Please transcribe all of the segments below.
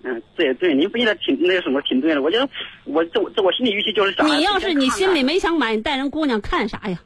对对，您分析的挺那个什么挺对的。我觉得我心里预期就是想， 你要是你心里没想买，你带人姑娘看啥呀？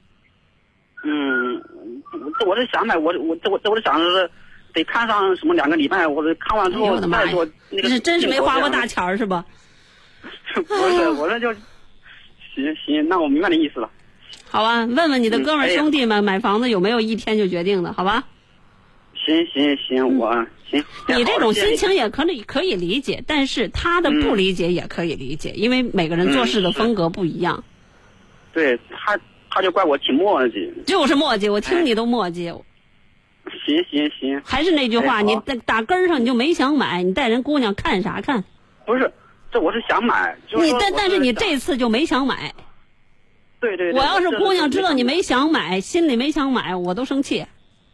我是想买，我是想是得看上什么2个礼拜，我看完之后再做那个。 这真是没花过大钱是吧？ 不是，我这就行，那我明白你意思了。 好吧，问问你的哥们兄弟们，买房子有没有一天就决定的？好吧？行，我行。 你这种心情也可以理解，但是他的不理解也可以理解，因为每个人做事的风格不一样。 对他就怪我挺磨叽。 就是磨叽，我听你都磨叽。 行。 还是那句话，你打根上你就没想买，你带人姑娘看啥看？ 不是，这我是想买。就是但是你这次就没想买。 对。 我要是姑娘知道你没想买，心里没想买，我都生气。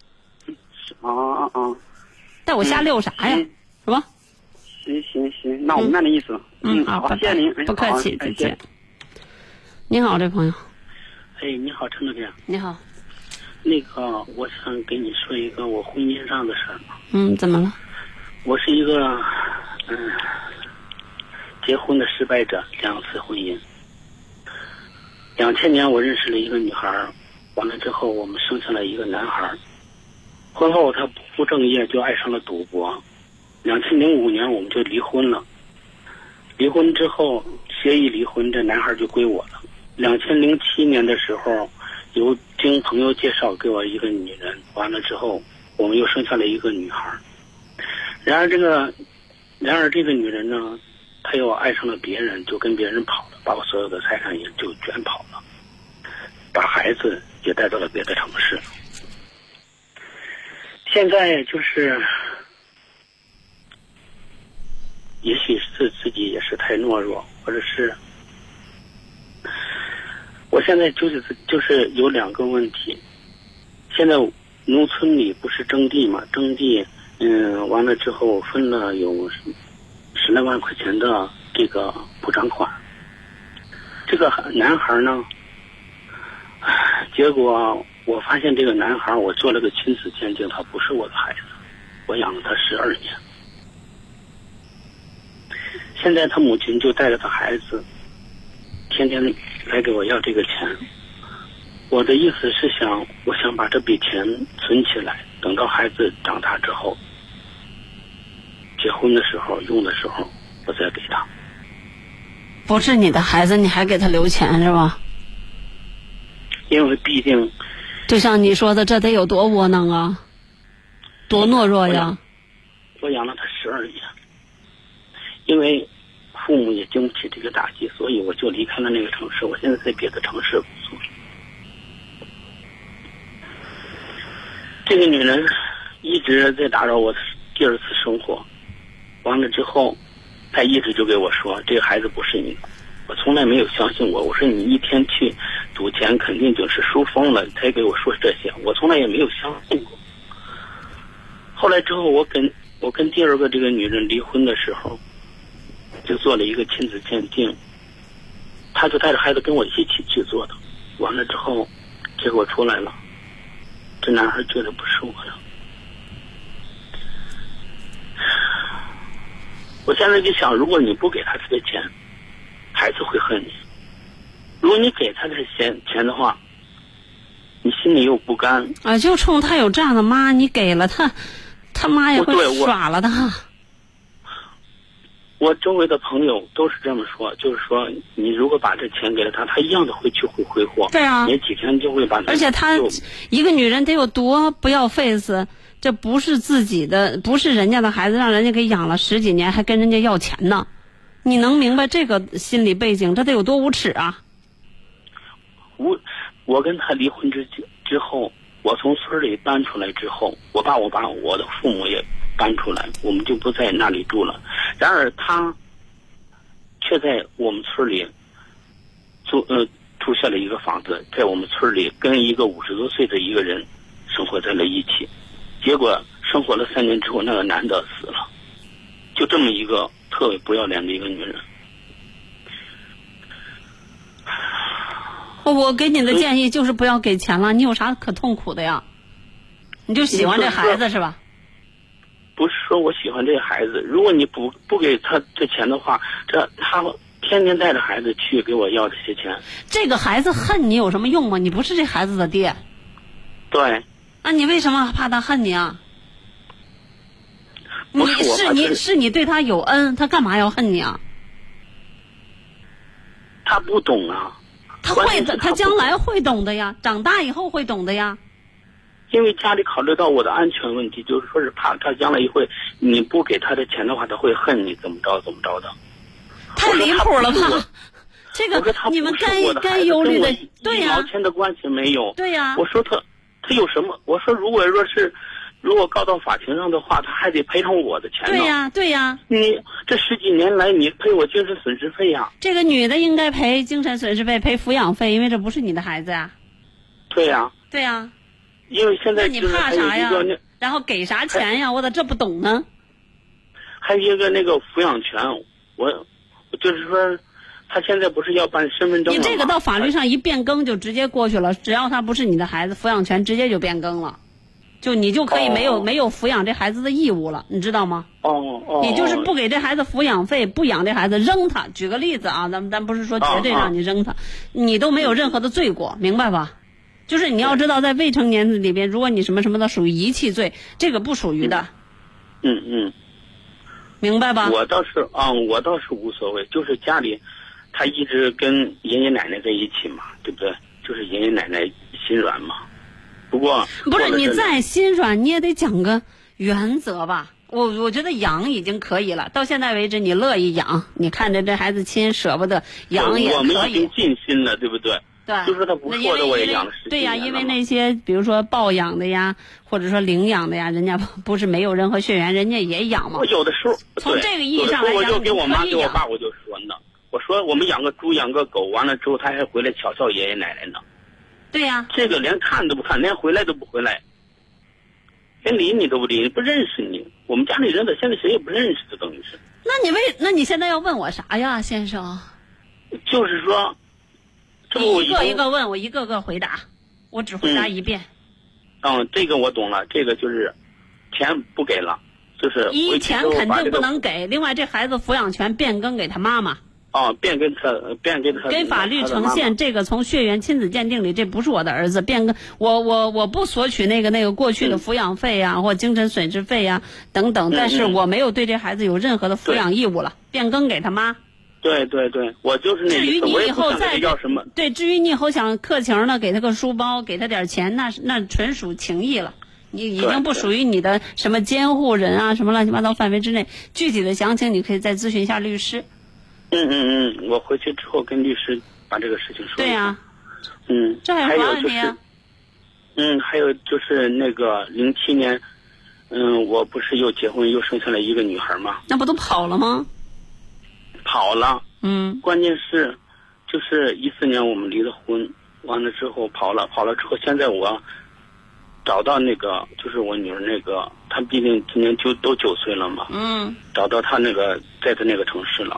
带我瞎溜啥呀？是吧？ 行，那我明白你意思了。好，谢谢您。 不客气，再见。你好，这朋友。 你好，陈主编。 你好。 那个，我想跟你说一个我婚姻上的事儿。 怎么了？ 我是一个结婚的失败者，2次婚姻。2000年我认识了一个女孩，完了之后我们生下了一个男孩。婚后他不务正业，就爱上了赌博。2005年我们就离婚了。离婚之后协议离婚，这男孩就归我了。2007年的时候，经朋友介绍给我一个女人，完了之后我们又生下了一个女孩。然而这个女人呢，她又爱上了别人，就跟别人跑了，把我所有的财产也就卷跑了，把孩子也带到了别的城市。现在就是也许是自己也是太懦弱，或者是我现在就是有2个问题。现在农村里不是征地嘛，征地完了之后分了有10来万块钱的这个补偿款。这个男孩呢，结果我发现这个男孩，我做了个亲子鉴定，他不是我的孩子，我养了他12年。现在他母亲就带着他孩子天天来给我要这个钱。我的意思是我想把这笔钱存起来，等到孩子长大之后，结婚的时候用的时候我再给他。 不是你的孩子，你还给他留钱是吧？ 因为毕竟就像你说的，这得有多窝囊啊，多懦弱呀。 我养了他12年，因为父母也经不起这个打击，所以我就离开了那个城市。我现在在别的城市工作。这个女人一直在打扰我第2次生活，完了之后她一直就给我说这个孩子不是你的。我从来没有相信我说你一天去赌钱肯定就是输疯了，她也给我说这些，我从来也没有相信过。后来之后我跟第2个这个女人离婚的时候，就做了一个亲子鉴定，她就带着孩子跟我一起去做的。完了之后结果出来了，这男孩觉得不是我的。我现在就想，如果你不给他这个钱，孩子会恨你；如果你给他这钱的话，你心里又不甘啊！就冲他有这样的妈，你给了他，他妈也会耍了他。 我周围的朋友都是这么说，就是说你如果把这钱给了他，他一样的会去挥霍。 对啊， 也几天就会把他。 而且他一个女人得有多不要 face， 这不是自己的，不是人家的孩子，让人家给养了10几年，还跟人家要钱呢。你能明白这个心理背景，这得有多无耻啊！ 我跟他离婚之后，我从村里搬出来之后，我把我的父母也搬出来，我们就不在那里住了。然而他却在我们村里租下了一个房子，在我们村里跟一个50多岁的一个人生活在了一起。结果生活了3年之后，那个男的死了。就这么一个特别不要脸的一个女人。 我给你的建议就是不要给钱了，你有啥可痛苦的呀？你就喜欢这孩子是吧？ 不是说我喜欢这个孩子，如果你不给他这钱的话，他天天带着孩子去给我要这些钱。 这个孩子恨你有什么用吗？你不是这孩子的爹。 对。 那你为什么怕他恨你啊？是你对他有恩，他干嘛要恨你啊？ 他不懂啊。 他会的，他将来会懂的呀，长大以后会懂的呀。 因为家里考虑到我的安全问题，就是说是怕他将来一会你不给他的钱的话，他会恨你怎么着的。 太离谱了吧？这个你们该忧虑的，对呀， 一毛钱的关系没有。 对呀。 我说他有什么？我说如果告到法庭上的话，他还得赔偿我的钱呢。 对呀。 你这10几年来，你赔我精神损失费呀。 这个女的应该赔精神损失费，赔抚养费，因为这不是你的孩子呀。 对呀。 对呀。 因为现在你怕啥呀？然后给啥钱呀？我咋这不懂呢？ 还有一个那个抚养权，我就是说，他现在不是要办身份证吗？ 你这个到法律上一变更就直接过去了，只要他不是你的孩子，抚养权直接就变更了，就你就可以没有抚养这孩子的义务了，你知道吗？你就是不给这孩子抚养费，不养这孩子，扔他。举个例子啊，咱不是说绝对让你扔他，你都没有任何的罪过，明白吧？就是你要知道，在未成年里边，如果你什么什么的属于遗弃罪，这个不属于的。明白吧？ 我倒是无所谓，就是家里他一直跟爷爷奶奶在一起嘛，对不对？就是爷爷奶奶心软嘛。不是你再心软，你也得讲个原则吧。我觉得养已经可以了，到现在为止你乐意养，你看着这孩子亲，舍不得养也可以。 我们已经尽心了，对不对？ 对， 就是他不说的我也养了10几年了。 对呀，因为那些比如说抱养的呀，或者说领养的呀，人家不是没有任何血缘，人家也养嘛。 我有的时候从这个意义上来讲， 我就给我妈给我爸我就说呢，我说我们养个猪养个狗，完了之后他还回来瞧爷爷奶奶呢。 对呀。 这个连看都不看，连回来都不回来，连理你都不理你，不认识你。我们家里人的现在谁也不认识，这等于是。 那你现在要问我啥呀，先生？ 就是说。 你一个一个问，我一个个回答，我只回答一遍。 这个我懂了，这个就是钱不给了，就是钱肯定不能给。另外，这孩子抚养权变更给他妈妈。 变给他。 跟法律呈现这个从血缘亲子鉴定里，这不是我的儿子，变更我不索取那个过去的抚养费呀，或精神损失费呀等等，但是我没有对这孩子有任何的抚养义务了，变更给他妈。 对，我就是那意思。我也不想给他要什么。 对，至于你以后想客情呢，给他个书包，给他点钱，那纯属情谊了。你已经不属于你的什么监护人啊，什么乱七八糟范围之内。具体的详情你可以再咨询一下律师。 我回去之后跟律师把这个事情说。对呀。这还有啥问题啊？ 还有就是那个07年，我不是又结婚又生下来一个女孩吗？ 那不都跑了吗？ 跑了。关键是就是14年我们离的婚，完了之后跑了之后，现在我找到那个就是我女儿那个，她毕竟今年都9岁了嘛。找到她那个在她那个城市了。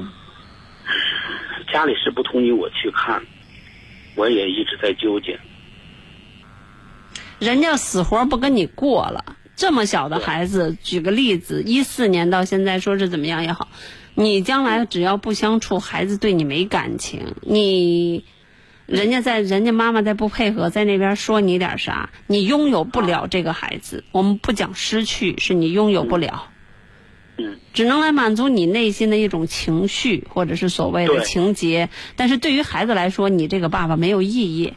家里是不同意我去看，我也一直在纠结。 人家死活不跟你过了，这么小的孩子，举个例子，14年到现在说是怎么样也好，你将来只要不相处，孩子对你没感情，人家妈妈再不配合，在那边说你点啥，你拥有不了这个孩子。我们不讲失去，是你拥有不了。只能来满足你内心的一种情绪，或者是所谓的情节。但是对于孩子来说，你这个爸爸没有意义。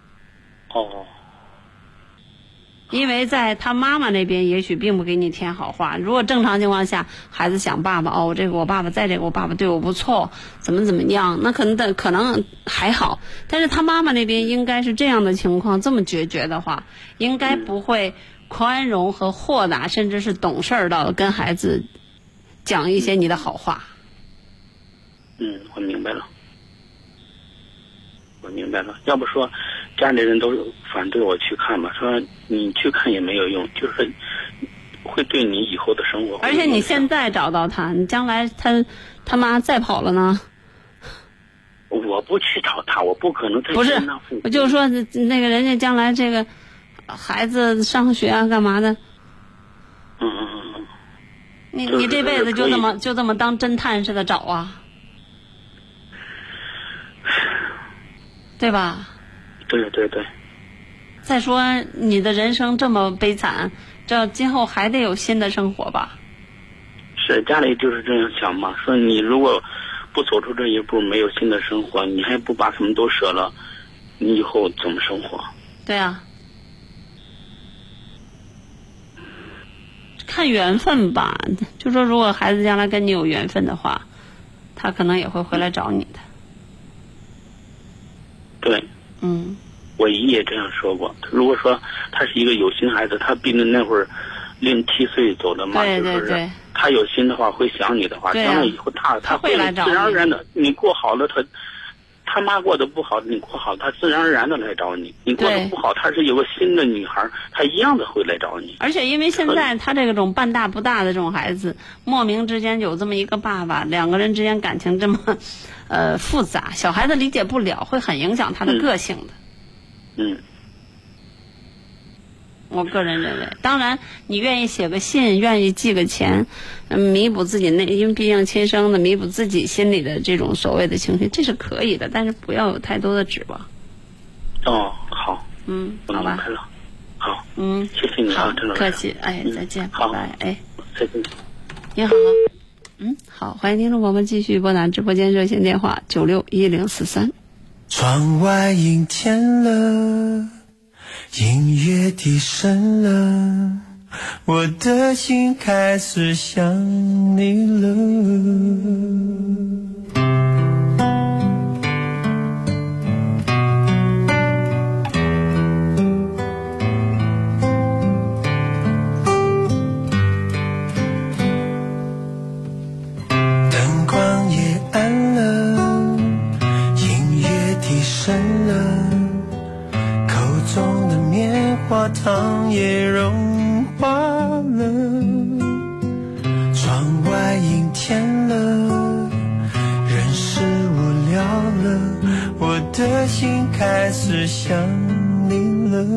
因为在他妈妈那边也许并不给你添好话。如果正常情况下，孩子想爸爸，我爸爸在这个，我爸爸对我不错，怎么样，那可能还好。但是他妈妈那边应该是这样的情况，这么决绝的话，应该不会宽容和豁达，甚至是懂事到跟孩子讲一些你的好话。 我明白了。要不说家里人都反对我去看嘛，说你去看也没有用，就是会对你以后的生活。 而且你现在找到他，你将来他妈再跑了呢？ 我不去找他，我不可能再。 不是，我就说那个人家将来这个孩子上学啊，干嘛的？ 你这辈子就这么当侦探似的找啊，对吧？ 对对对。 再说你的人生这么悲惨，这今后还得有新的生活吧？ 是，家里就是这样想嘛，说你如果不走出这一步，没有新的生活，你还不把什么都舍了，你以后怎么生活？ 对啊，看缘分吧。就说如果孩子将来跟你有缘分的话，他可能也会回来找你的。 对，我姨也这样说过。如果说他是一个有心孩子，他毕竟那会儿07岁走的嘛， 对对对， 就是他有心的话，会想你的话，将来以后他会来找你， 自然而然的，你过好了，他妈过得不好，你过好，他自然而然的来找你。你过得不好，他是有个新的女孩，他一样的会来找你。 而且因为现在他这种半大不大的这种孩子，莫名之间有这么一个爸爸，两个人之间感情这么复杂，小孩子理解不了，会很影响他的个性的。我个人认为，当然你愿意写个信，愿意寄个钱，弥补自己因为毕竟亲生的，弥补自己心里的这种所谓的情绪，这是可以的，但是不要有太多的指望。 哦，好。 好吧。 好。谢谢你啊，郑老师。 客气，再见，拜拜， 再见。 你好。好，欢迎听众朋友们继续拨打直播间热线电话961043。 窗外阴天了，音乐低声了，我的心开始想你了。灯光也暗了，音乐低声了，口中的棉花糖也融化了，窗外阴天了，人是无聊了，我的心开始想你了。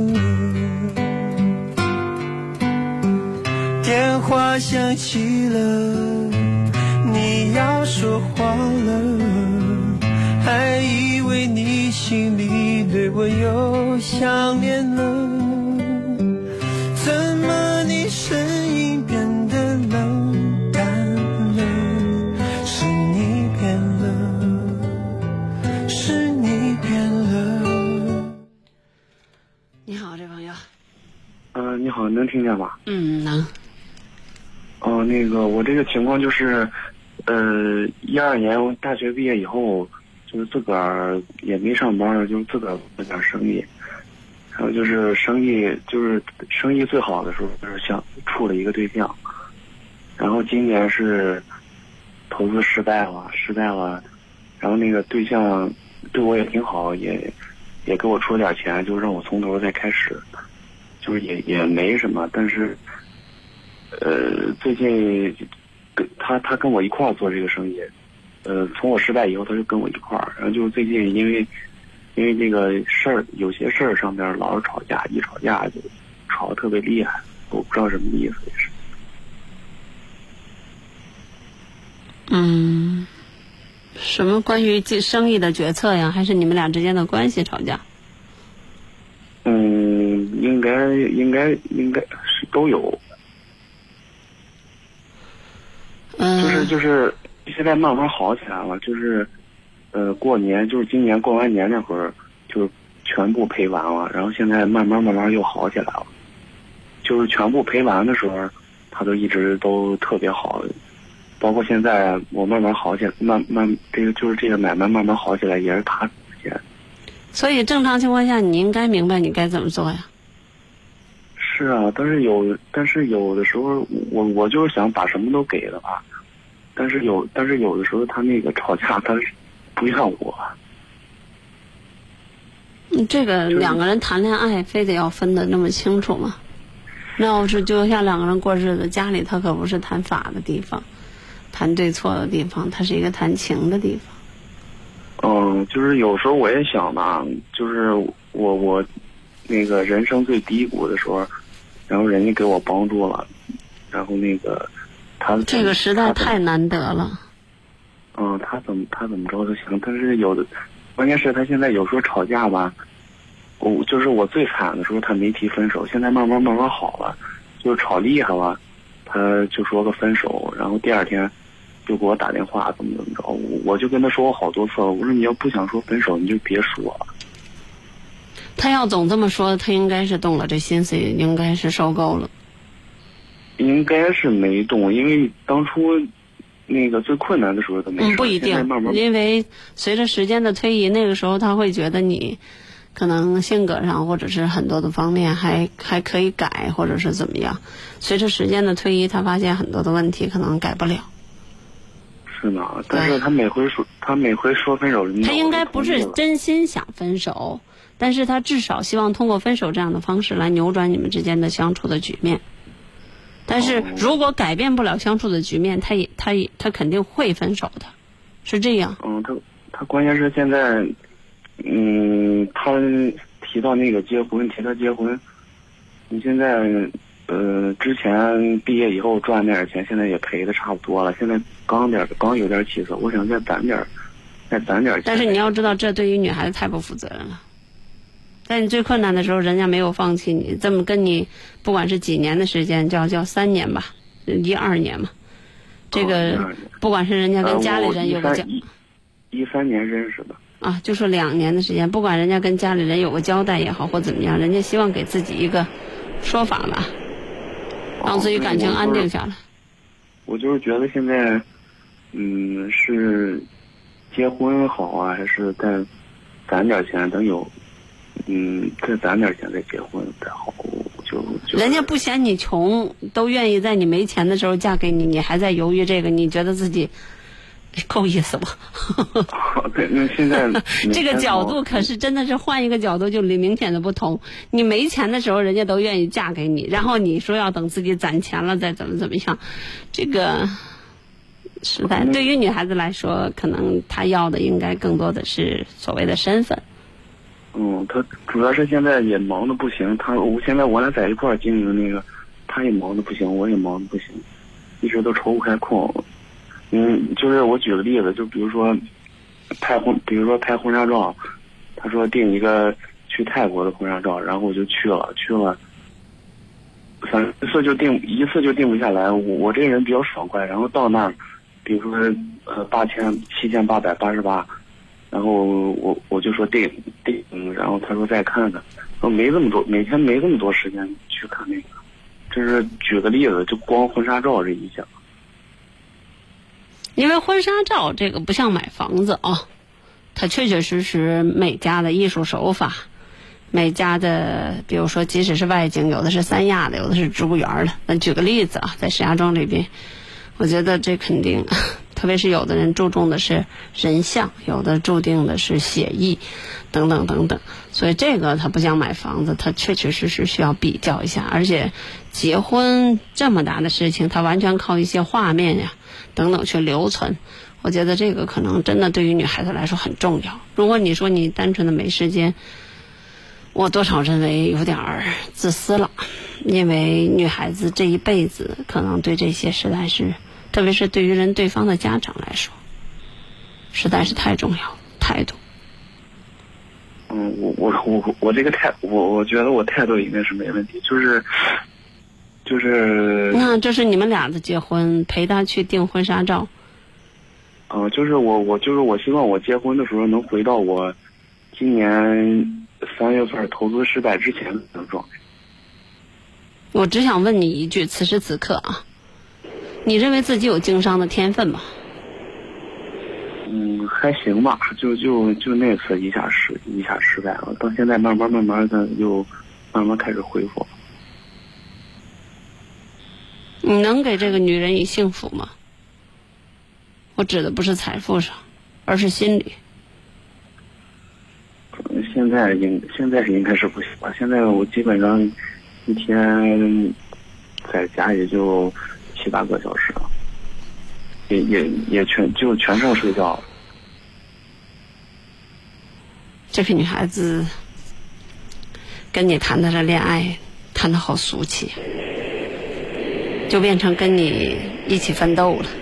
电话响起了，你要说话了，还以为你心里对我有想念了，怎么你声音变得冷淡了？是你变了，是你变了。 你好，这朋友。 你好，能听见吗？ 能。 那个我这个情况就是，12年大学毕业以后，就是自个儿也没上班，就自个儿做点生意，然后就是生意最好的时候，就是处了一个对象，然后今年是投资失败了，然后那个对象对我也挺好，也给我出了点钱，就让我从头再开始，就是也没什么，但是最近他跟我一块儿做这个生意，从我失败以后他就跟我一块儿，然后就是最近因为这个事儿，有些事儿上边老是吵架，一吵架就吵得特别厉害，我不知道什么意思也是。 什么关于这生意的决策呀，还是你们俩之间的关系吵架？ 应该是都有。就是现在慢慢好起来了，就是过年，就是今年过完年那会儿就全部赔完了，然后现在慢慢又好起来了，就是全部赔完的时候他都一直都特别好，包括现在我慢慢好起来，这个买卖慢慢好起来也是他之前。 所以正常情况下你应该明白你该怎么做呀。 是啊，但是有的时候我就是想把什么都给了吧，但是有的时候他那个吵架他不像我。 这个两个人谈恋爱非得要分得那么清楚吗？那要是就像两个人过日子，家里他可不是谈法的地方，谈对错的地方，它是一个谈情的地方。 就是有时候我也想吧，就是我那个人生最低谷的时候，然后人家给我帮助了，然后那个这个实在太难得了。 他怎么着都行，但是有的，关键是他现在有时候吵架吧，就是我最惨的时候他没提分手，现在慢慢好了，就是吵厉害了，他就说个分手，然后第二天就给我打电话怎么着，我就跟他说过好多次了，我说你要不想说分手你就别说了。 他要总这么说，他应该是动了这心思，应该是受够了。 应该是没动，因为当初那个最困难的时候都没事。 不一定，因为随着时间的推移，那个时候他会觉得你可能性格上或者是很多的方面还可以改，或者是怎么样。随着时间的推移，他发现很多的问题可能改不了。 是吗？但是他每回说分手， 他应该不是真心想分手，但是他至少希望通过分手这样的方式来扭转你们之间的相处的局面。但是如果改变不了相处的局面，他肯定会分手的，是这样。 他关键是现在，他提到那个结婚，你现在之前毕业以后赚那点钱，现在也赔的差不多了，现在刚有点起色，我想再攒点钱。 但是你要知道，这对于女孩子太不负责任了。在你最困难的时候，人家没有放弃你，这么跟你不管是几年的时间，叫3年吧，12年嘛，这个不管是人家跟家里人有个 13年认识的啊，就说2年的时间，不管人家跟家里人有个交代也好或怎么样，人家希望给自己一个说法吧，让自己感情安定下来。 我就是觉得现在是结婚好啊，还是再攒点钱，等有再攒点钱再结婚再好，就人家不嫌你穷，都愿意在你没钱的时候嫁给你，你还在犹豫这个，你觉得自己够意思吗？ 对，那现在这个角度可是真的是换一个角度就明显的不同。你没钱的时候，人家都愿意嫁给你，然后你说要等自己攒钱了再怎么样，这个实在对于女孩子来说，可能她要的应该更多的是所谓的身份。 他主要是现在也忙得不行，现在我俩在一块儿经营那个，他也忙得不行，我也忙得不行，一直都抽不开空。就是我举个例子，就比如说拍婚纱照，他说订一个去泰国的婚纱照，然后我就去了，一次就定不下来。我这个人比较爽快，然后到那儿，比如说7888，然后我就说订，然后他说再看看，每天没这么多时间去看那个。这是举个例子，就光婚纱照这一项。 因为婚纱照这个不像买房子啊，它确确实实每家的艺术手法，每家的比如说即使是外景，有的是三亚的，有的是植物园的。那举个例子啊，在石家庄这边，我觉得这肯定，特别是有的人注重的是人像，有的注定的是写意等等，所以这个它不像买房子，它确确实实需要比较一下。而且结婚这么大的事情，它完全靠一些画面呀等等去留存，我觉得这个可能真的对于女孩子来说很重要。如果你说你单纯的没时间，我多少认为有点自私了，因为女孩子这一辈子可能对这些实在是，特别是对于对方的家长来说，实在是太重要，态度。 我这个我觉得我态度应该是没问题，就是那这是你们俩的结婚，陪他去订婚纱照。 就是我希望我结婚的时候能回到我今年3月份投资失败之前的状态。 我只想问你一句，此时此刻啊，你认为自己有经商的天分吗？ 还行吧，就那次一下失败了，到现在慢慢的又慢慢开始恢复了。 你能给这个女人以幸福吗？我指的不是财富上，而是心理。 现在应该是不行吧？现在我基本上一天在家也就7、8个小时了，也全剩睡觉了。 这个女孩子跟你谈的这恋爱谈得好俗气，就变成跟你一起奋斗了。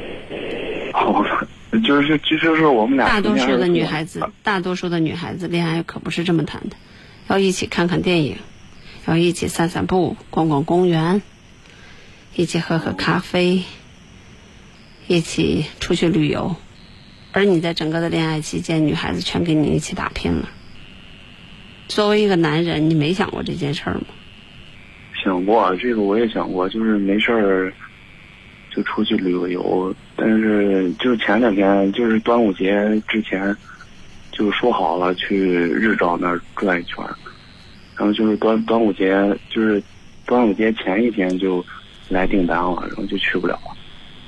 就是我们俩。 大多数的女孩子恋爱可不是这么谈的，要一起看看电影，要一起散散步，逛逛公园，一起喝喝咖啡，一起出去旅游。而你在整个的恋爱期间，女孩子全跟你一起打拼了。作为一个男人，你没想过这件事儿吗？ 想过，这个我也想过，就是没事儿就出去旅个游。但是就是前两天，就是端午节之前，就说好了去日照那儿转一圈，然后就是端午节前一天就来订单了，然后就去不了了。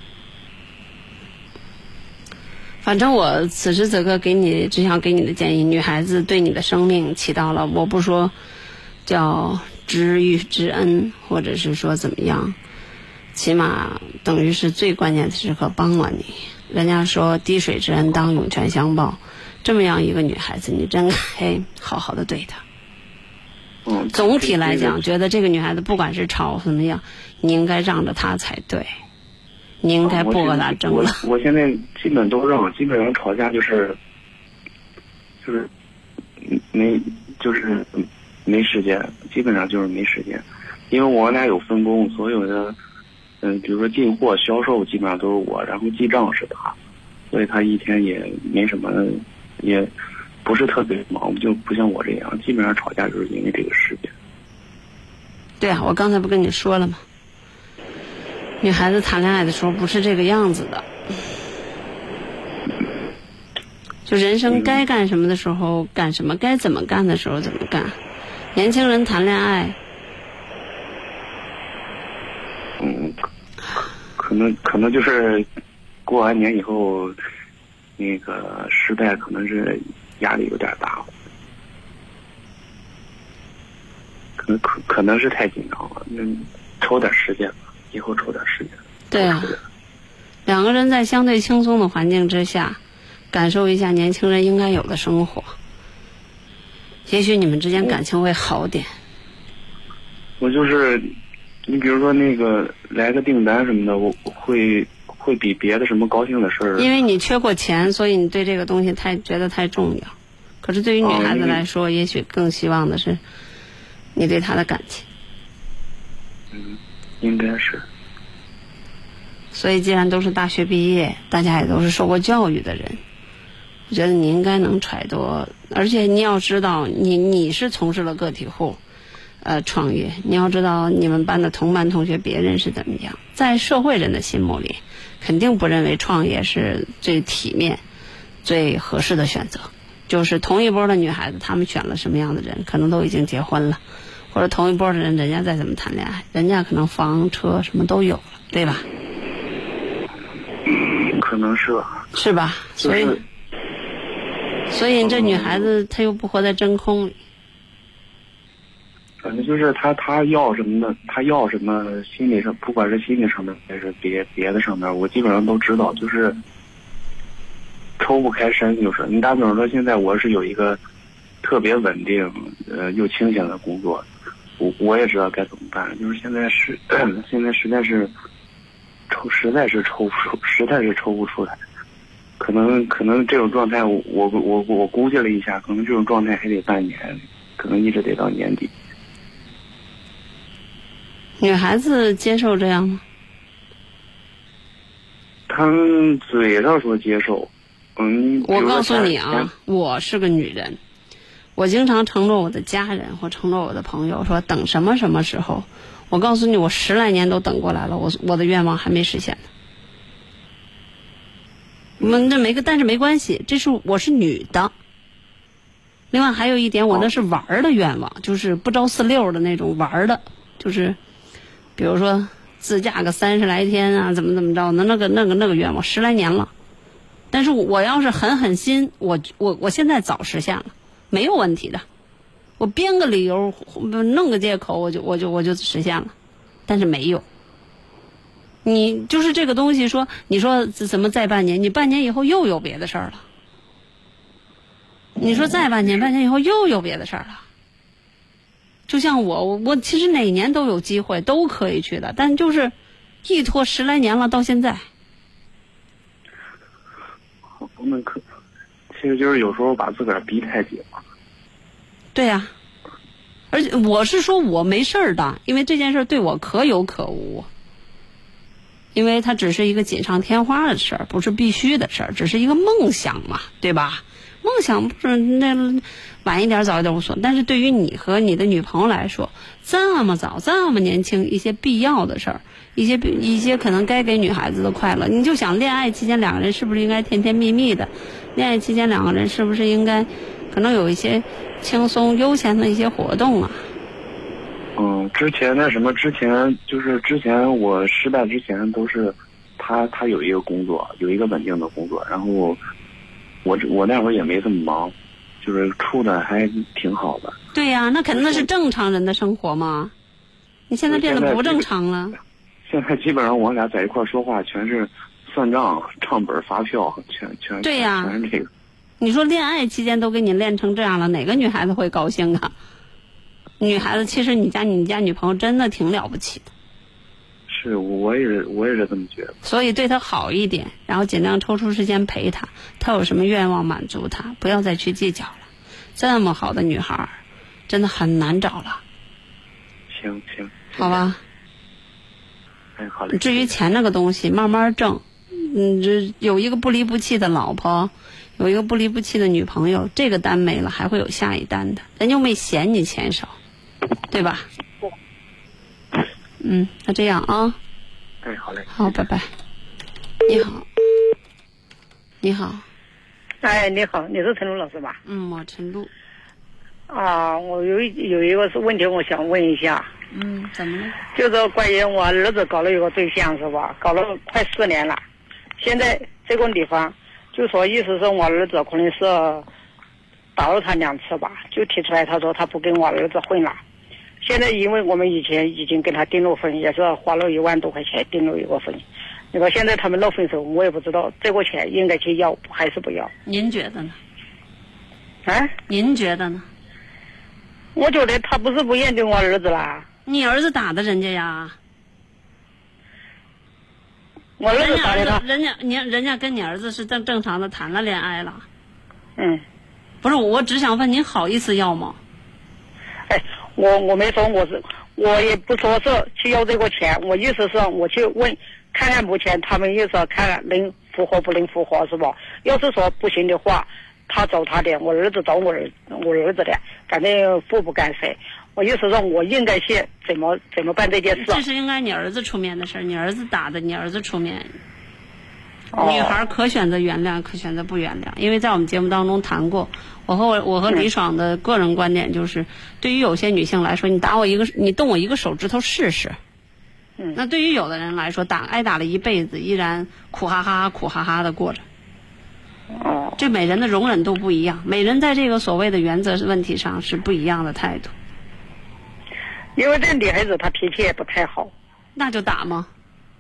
反正我此时此刻只想给你的建议，女孩子对你的生命起到了，我不说叫知遇之恩，或者是说怎么样，起码等于是最关键的时刻帮了你。人家说滴水之恩当涌泉相报，这么样一个女孩子，你真该好好的对她。总体来讲，觉得这个女孩子不管是吵什么样，你应该让着她才对，你应该不和她争了。 我现在基本都让，基本上吵架就是没时间，基本上就是没时间，因为我俩有分工，所有的比如说进货、销售基本上都是我，然后记账是他，所以他一天也没什么，也不是特别忙，就不像我这样，基本上吵架就是因为这个时间。 对啊，我刚才不跟你说了吗？女孩子谈恋爱的时候不是这个样子的，就人生该干什么的时候干什么，该怎么干的时候怎么干。年轻人谈恋爱， 可能就是过完年以后，那个时代可能是压力有点大，可能是太紧张了，抽点时间吧，以后抽点时间。 对啊，两个人在相对轻松的环境之下，感受一下年轻人应该有的生活，也许你们之间感情会好点。 我就是你比如说那个来个订单什么的，我会比别的什么高兴的事儿。 因为你缺过钱，所以你对这个东西觉得太重要。可是对于女孩子来说，也许更希望的是你对她的感情。 应该是。 所以既然都是大学毕业，大家也都是受过教育的人，我觉得你应该能揣度。而且你要知道，你是从事了个体户创业，你要知道你们班的同班同学别人是怎么样，在社会人的心目里肯定不认为创业是最体面最合适的选择。就是同一波的女孩子，她们选了什么样的人，可能都已经结婚了，或者同一波的人，人家再怎么谈恋爱，人家可能房车什么都有了，对吧？ 可能是吧。 是吧？所以你这女孩子她又不活在真空里。 反正就是她要什么的，她要什么心理上，不管是心理上面还是别的上面，我基本上都知道，就是抽不开身。就是你打比方说，现在我是有一个特别稳定又清闲的工作，我也知道该怎么办。就是现在实在是抽不出来。可能这种状态，我估计了一下，可能这种状态还得半年，可能一直得到年底。 女孩子接受这样吗？ 他们嘴上说接受， 我告诉你啊，我是个女人，我经常承诺我的家人或承诺我的朋友说等什么什么时候。我告诉你，我10来年都等过来了，我的愿望还没实现呢。但是没关系，我是女的。另外还有一点，我那是玩的愿望，就是不着4、6的那种玩的，就是比如说自驾个30来天啊，怎么着的那个愿望10来年了。但是我要是狠心，我现在早实现了，没有问题的。我编个理由，弄个借口，我就实现了，但是没有。你就是这个东西说，你说怎么再半年？你半年以后又有别的事儿了。你说再半年以后又有别的事儿了。就像我其实哪年都有机会，都可以去的，但就是一拖10来年了，到现在。 那其实就是有时候把自个儿逼太紧了。 对呀、而且我是说我没事儿的，因为这件事对我可有可无。因为它只是一个锦上添花的事儿，不是必须的事儿，只是一个梦想嘛，对吧？梦想不是那晚一点早一点无所谓，但是对于你和你的女朋友来说，这么早这么年轻，一些必要的事儿，一些可能该给女孩子的快乐，你就想恋爱期间两个人是不是应该甜甜蜜蜜的？恋爱期间两个人是不是应该可能有一些轻松悠闲的一些活动啊？ 之前我失败之前都是他有一个工作，有一个稳定的工作，然后我那会儿也没这么忙，就是处的还挺好的。 对呀、那肯定是正常人的生活嘛。你现在变得不正常了。 现在基本上我俩在一块说话全是算账、账本、发票，全对呀、 全是这个。 你说恋爱期间都给你练成这样了，哪个女孩子会高兴啊？女孩子，其实你家女朋友真的挺了不起的。 是，我也是这么觉得。 所以对她好一点，然后尽量抽出时间陪她，她有什么愿望满足她，不要再去计较了。这么好的女孩，真的很难找了。 行， 好吧。 好嘞。 至于钱那个东西，慢慢挣。这有一个不离不弃的老婆，有一个不离不弃的女朋友，这个单没了，还会有下一单的。人又没嫌你钱少，对吧？那这样啊。 好嘞。 好，拜拜。你好。你好。 哎，你好，你是陈露老师吧？ 我陈露。 我有一个问题，我想问一下。 怎么了？ 就是关于我儿子搞了一个对象是吧？搞了快4年了，现在这个地方就说意思是我儿子可能是打了他2次吧，就提出来他说他不跟我儿子混了。现在因为我们以前已经跟他订了婚，也是花了1万多块钱订了一个婚。那个现在他们闹分手，我也不知道这个钱应该去要还是不要。 您觉得呢？ 您觉得呢？ 我觉得他不是不愿对我儿子啦。 你儿子打的人家呀？ 我儿子打的他。 人家跟你儿子是正常的谈了恋爱了。 不是，我只想问您好意思要吗？ 我没说我也不说是去要这个钱，我意思是我去问看看目前他们意思看看能符合不能符合是吧？要是说不行的话，他找他的，我儿子找我儿子的，反正互不干涉。我意思说我应该去怎么办这件事？ 这是应该你儿子出面的事儿，你儿子打的，你儿子出面。女孩可选择原谅，可选择不原谅。因为在我们节目当中谈过，我和李爽的个人观点就是，对于有些女性来说，你动我一个手指头试试。那对于有的人来说，挨打了一辈子，依然苦哈哈的过着。这每人的容忍度不一样，每人在这个所谓的原则问题上是不一样的态度。 因为这女孩子她脾气也不太好。 那就打吗？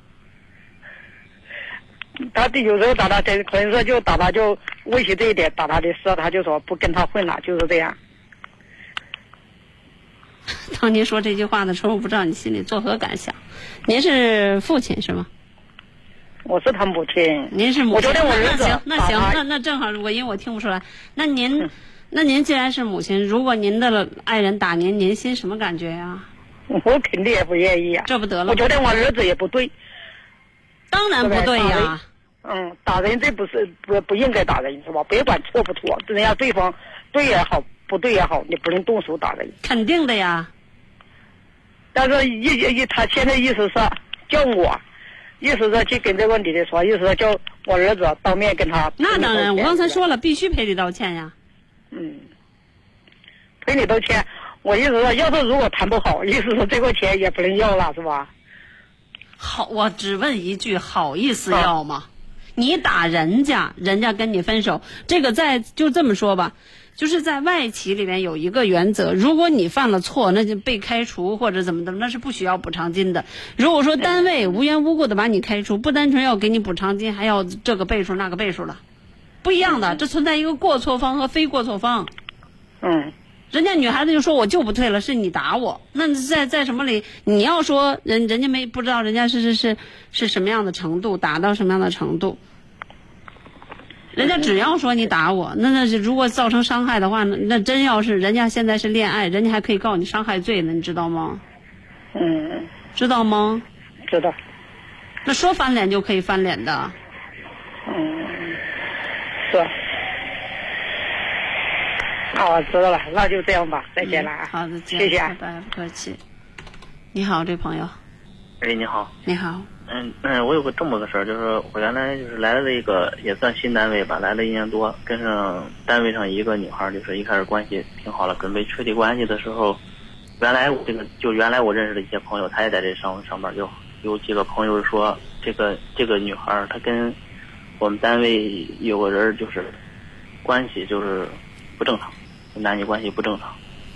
他有时候打他，可能说就打他，就威胁这一点打他的事，他就说不跟他混了，就是这样。 当您说这句话的时候，我不知道你心里作何感想。您是父亲是吗？ 我是他母亲。 您是母亲。 我觉得我儿子。 那行，那正好，因为我听不出来。那您既然是母亲，如果您的爱人打您心什么感觉呀？ 我肯定也不愿意啊。 这不得了。 我觉得我儿子也不对。 当然不对呀。 打人这不应该打人是吧？别管错不错，人家对方对也好，不对也好，你不能动手打人。 肯定的呀。 但是他现在意思是叫我，意思是去跟这个女的说，意思是叫我儿子当面跟他。 那当然，我刚才说了，必须赔礼道歉呀。 赔礼道歉，我意思说，要是如果谈不好，意思说这个钱也不能要了，是吧？ 好，我只问一句，好意思要吗？你打人家，人家跟你分手，这个就这么说吧，就是在外企里面有一个原则，如果你犯了错，那就被开除或者怎么的，那是不需要补偿金的。如果说单位无缘无故的把你开除，不单纯要给你补偿金，还要这个倍数那个倍数了，不一样的，这存在一个过错方和非过错方。 人家女孩子就说我就不退了，是你打我。那在什么里？你要说人家不知道人家是什么样的程度，打到什么样的程度。人家只要说你打我，那如果造成伤害的话，那真要是人家现在是恋爱，人家还可以告你伤害罪呢，你知道吗？知道吗？ 知道。 那说翻脸就可以翻脸的。 是。哦，知道了，那就这样吧，再见了啊。 好的， 谢谢啊， 拜拜，不客气。你好，这朋友。 哎，你好。 你好。 我有这么个事儿，就是我原来就是来了一个也算新单位吧，来了1年多，跟上单位上一个女孩，就是一开始关系挺好了，准备确立关系的时候，原来我认识的一些朋友，她也在这上班，就有几个朋友说这个女孩她跟我们单位有个人就是关系就是不正常，男女关系不正常。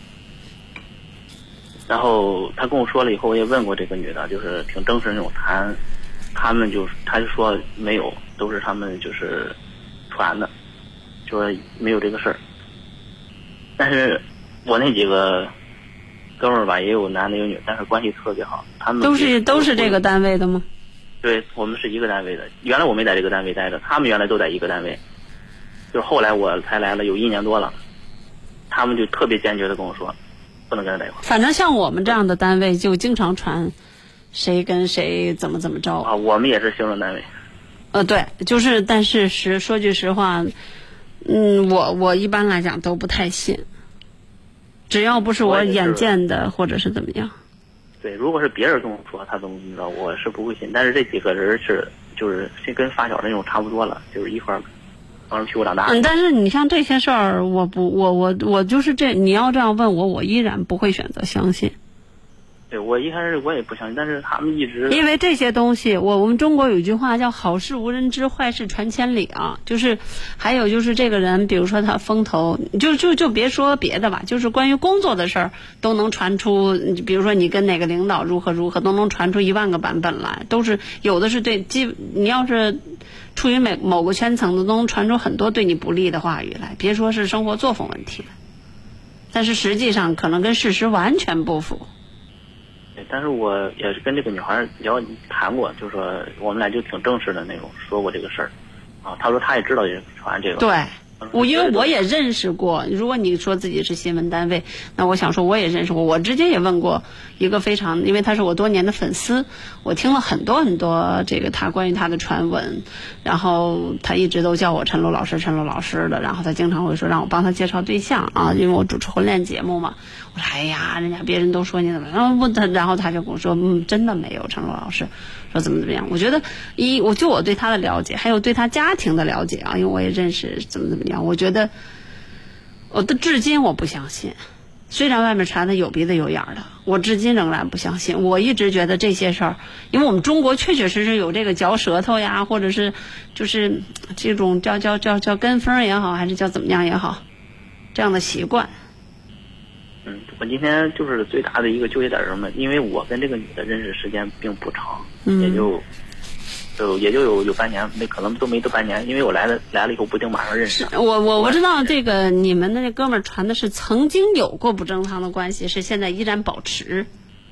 然后他跟我说了以后，我也问过这个女的，就是挺正式那种谈，他就说没有，都是他们就是传的，说没有这个事儿。但是我那几个哥们儿吧，也有男的有女的，但是关系特别好。他们都是这个单位的吗？ 对，我们是一个单位的。原来我没在这个单位待着，他们原来都在一个单位，就是后来我才来了有1年多了，他们就特别坚决的跟我说不能跟他在一块。 反正像我们这样的单位就经常传谁跟谁怎么着啊。我们也是行政单位。 对，就是但是说句实话，我一般来讲都不太信，只要不是我眼见的或者是怎么样。 对，如果是别人跟我说他怎么着，我是不会信。但是这几个人就是跟发小那种差不多了，就是一块儿帮着屁股长大。 但是你像这些事儿，我就是你要这样问我依然不会选择相信。 对，我一开始我也不相信，但是他们一直因为这些东西，我们中国有一句话叫好事无人知，坏事传千里啊。就是还有就是这个人，比如说他风头，就别说别的吧，就是关于工作的事儿都能传出，比如说你跟哪个领导如何都能传出10000个版本来，都是有的是对你要是处于某个圈层的，都能传出很多对你不利的话语来，别说是生活作风问题了，但是实际上可能跟事实完全不符。 但是我也是跟这个女孩谈过，就说我们俩就挺正式的那种说过这个事儿啊。她说她也知道也传这个。 对，因为我也认识过。如果你说自己是新闻单位，那我想说我也认识过。我之前也问过一个因为他是我多年的粉丝，我听了很多这个他关于他的传闻，然后他一直都叫我陈露老师的，然后他经常会说让我帮他介绍对象啊，因为我主持婚恋节目嘛。我说哎呀，人家别人都说你怎么，然后他就跟我说真的没有，陈露老师说怎么样。我觉得我对他的了解，还有对他家庭的了解啊，因为我也认识怎么样，我觉得至今我不相信。虽然外面传的有鼻子有眼的，我至今仍然不相信。我一直觉得这些事儿，因为我们中国确确实实有这个嚼舌头呀，或者是就是这种叫跟风也好，还是叫怎么样也好，这样的习惯。 我今天就是最大的一个纠结点是什么？因为我跟这个女的认识时间并不长，也就有半年，可能都没到半年，因为我来了以后不一定马上认识。 我知道这个你们的那哥们儿传的是曾经有过不正常的关系，是现在依然保持。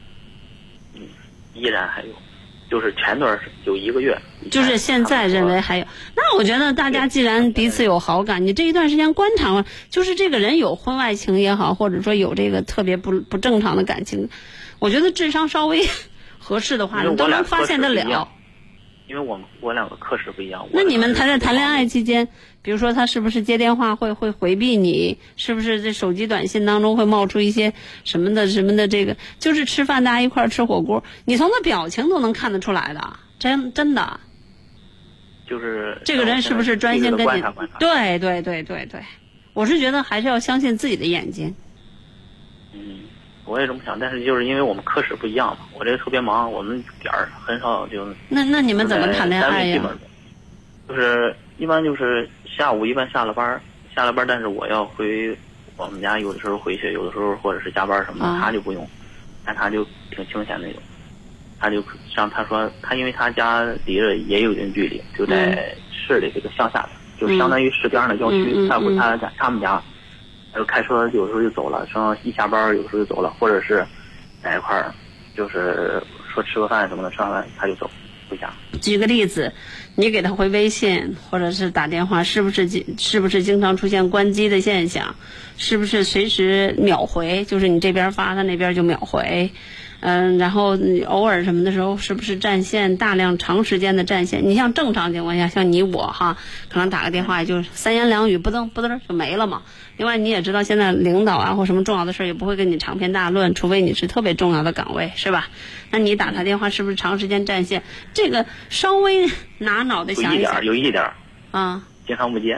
依然还有，就是前段有1个月。 就是现在认为还有，那我觉得大家既然彼此有好感，你这一段时间观察，就是这个人有婚外情也好，或者说有这个特别不正常的感情，我觉得智商稍微合适的话，你都能发现得了。 因为我两个课时不一样。 那你们谈恋爱期间，比如说他是不是接电话会回避你？是不是这手机短信当中会冒出一些什么的这个？就是吃饭大家一块吃火锅，你从他表情都能看得出来的，真的。 就是这个人是不是专心跟你？对，我是觉得还是要相信自己的眼睛。 我也这么想，但是就是因为我们课时不一样嘛，我这个特别忙，我们点儿很少就。 那你们怎么谈恋爱呀？ 就是一般就是下午一般下了班，但是我要回我们家，有的时候回去，有的时候或者是加班什么的，他就不用，但他就挺清闲那种。他就像他说，他因为他家离着也有点距离，就在市里这个乡下的，就相当于市边上的郊区。他们家开车有时候就走了，一下班有时候就走了，或者是在一块儿就是说吃个饭什么的，吃完饭他就走回家。 举个例子，你给他回微信或者是打电话，是不是经常出现关机的现象？是不是随时秒回？就是你这边发，他那边就秒回。然后偶尔什么的时候，是不是占线大量长时间的占线？你像正常情况下，像你我哈，可能打个电话也就三言两语不噔就没了嘛。另外你也知道，现在领导啊或什么重要的事也不会跟你长篇大论，除非你是特别重要的岗位，是吧？那你打他电话是不是长时间占线？这个稍微拿脑袋想一想。 有一点啊， 经常不接，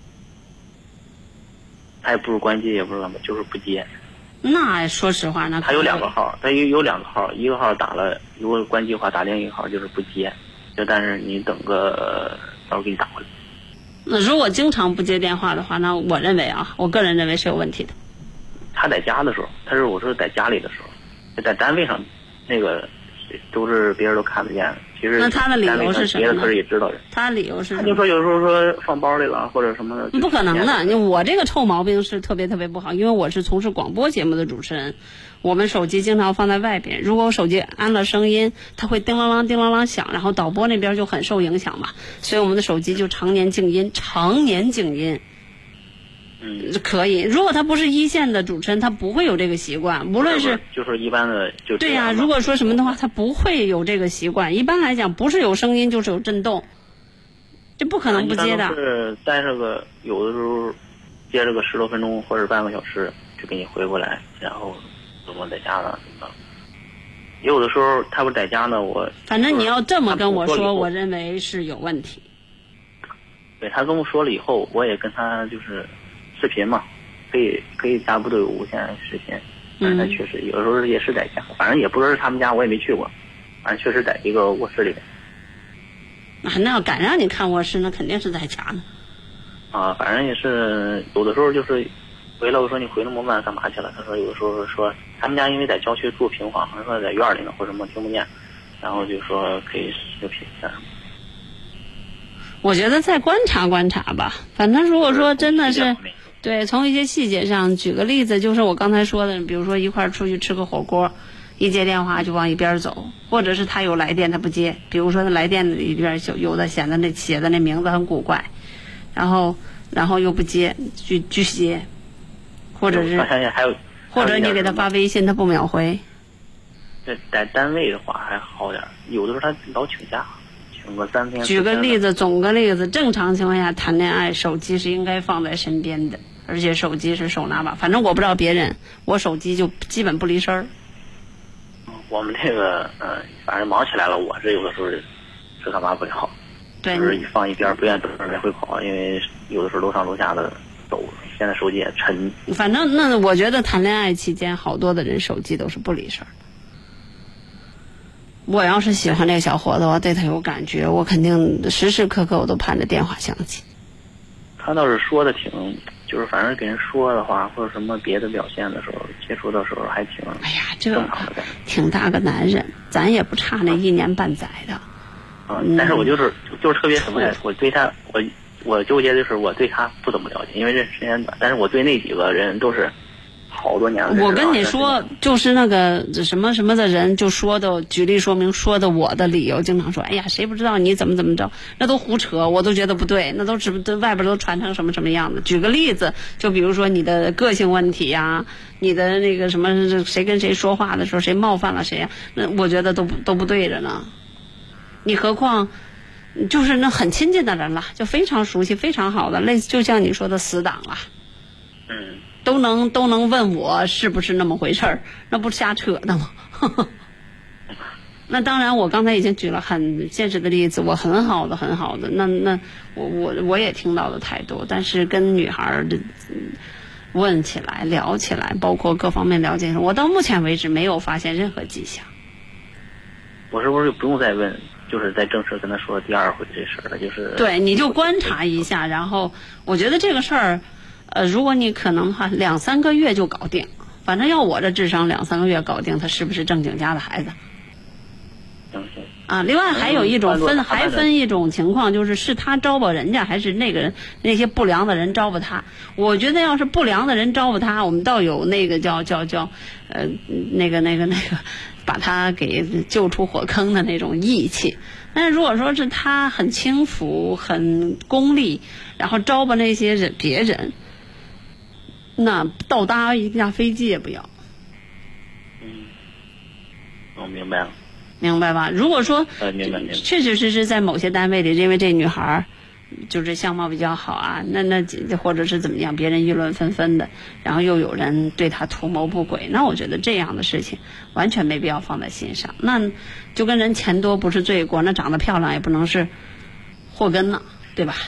他也不是关机，也不是干嘛，就是不接。 那说实话，那他有2个号，他有2个号，一个号打了，如果关机的话打另一个号就是不接，但是你等个到时候给你打回来。 那如果经常不接电话的话，那我认为啊，我个人认为是有问题的。 他在家的时候，我说在家里的时候，在单位上那个都是别人都看得见。其实那他的理由是什么呢？ 别的科也知道的。 他的理由是什么？ 他就说有时候说放包里了或者什么的。 不可能的，我这个臭毛病是特别特别不好，因为我是从事广播节目的主持人，我们手机经常放在外边，如果我手机安了声音，它会叮啷啷叮啷啷响，然后导播那边就很受影响嘛，所以我们的手机就常年静音。可以。如果他不是一线的主持人，他不会有这个习惯。无论是就是一般的就对呀，如果说什么的话，他不会有这个习惯。一般来讲，不是有声音就是有震动，这不可能不接的。 是待着个有的时候接着个10多分钟或者半个小时就给你回过来，然后怎么在家了怎么。有的时候他不在家呢， 反正你要这么跟我说，我认为是有问题。 对，他跟我说了以后，我也跟他就是视频嘛，可以加部队有无线视频，但是他确实有的时候也是在家，反正也不知道是他们家，我也没去过，反正确实在一个卧室里面。 那要敢让你看卧室，那肯定是在家呢。 反正也是有的时候就是回来，我说你回那么慢干嘛去了？他说有的时候说他们家因为在郊区住平房，他说在院里呢或者什么听不见，然后就说可以视频一下。 我觉得再观察观察吧，反正如果说真的是对，从一些细节上举个例子，就是我刚才说的，比如说一块儿出去吃个火锅，一接电话就往一边走，或者是他有来电他不接，比如说他来电里边有的显得那写的那名字很古怪，然后又不接拒接，或者是或者你给他发微信他不秒回。 在单位的话还好点，有的时候他老请假。 举个例子，总个例子，正常情况下谈恋爱，手机是应该放在身边的，而且手机是手拿把。反正我不知道别人，我手机就基本不离身儿。 我们这个反正忙起来了，我这有的时候是干嘛不了， 对， 就是放一边，不愿意等着来回跑，因为有的时候楼上楼下的走，现在手机也沉。 反正那我觉得谈恋爱期间，好多的人手机都是不离身儿。我要是喜欢这个小伙子，我对他有感觉，我肯定时时刻刻我都盼着电话响起。 他倒是说的挺，就是反正给人说的话或者什么别的表现的时候，接触的时候还挺正常的。 挺大个男人，咱也不差那1年半载的。 但是我就是特别什么呀？我对他我纠结的就是我对他不怎么了解，因为认识时间短，但是我对那几个人都是。好多年了。 我跟你说，就是那个什么什么的人，就说的举例说明，说的我的理由，经常说，哎呀，谁不知道你怎么着，那都胡扯，我都觉得不对，那都外边都传成什么什么样子。举个例子，就比如说你的个性问题呀，你的那个什么谁跟谁说话的时候谁冒犯了谁呀，那我觉得都不对着呢。你何况就是那很亲近的人了，就非常熟悉非常好的，类似就像你说的死党了。都能问我是不是那么回事儿，那不是瞎扯的吗？那当然，我刚才已经举了很现实的例子，我很好的，那我也听到的太多，但是跟女孩的问起来、聊起来，包括各方面了解，我到目前为止没有发现任何迹象。 我是不是不用再问？就是在正式跟他说第2回这事儿了，就是对，你就观察一下，然后我觉得这个事儿。如果你可能的话，2、3个月就搞定。反正要我这智商，2、3个月搞定，他是不是正经家的孩子？ 啊，另外还有一种还分一种情况，就是他招呼人家，还是那个人那些不良的人招呼他。我觉得要是不良的人招呼他，我们倒有那个叫那个把他给救出火坑的那种义气。但是如果说是他很轻浮、很功利，然后招呼那些别人，那倒搭一架飞机也不要。 我明白了。 明白吧？如果说确确实实在某些单位里，因为这女孩就是相貌比较好啊，那或者是怎么样，别人议论纷纷的，然后又有人对她图谋不轨，那我觉得这样的事情完全没必要放在心上。那就跟人钱多不是罪过，那长得漂亮也不能是祸根呢，对吧？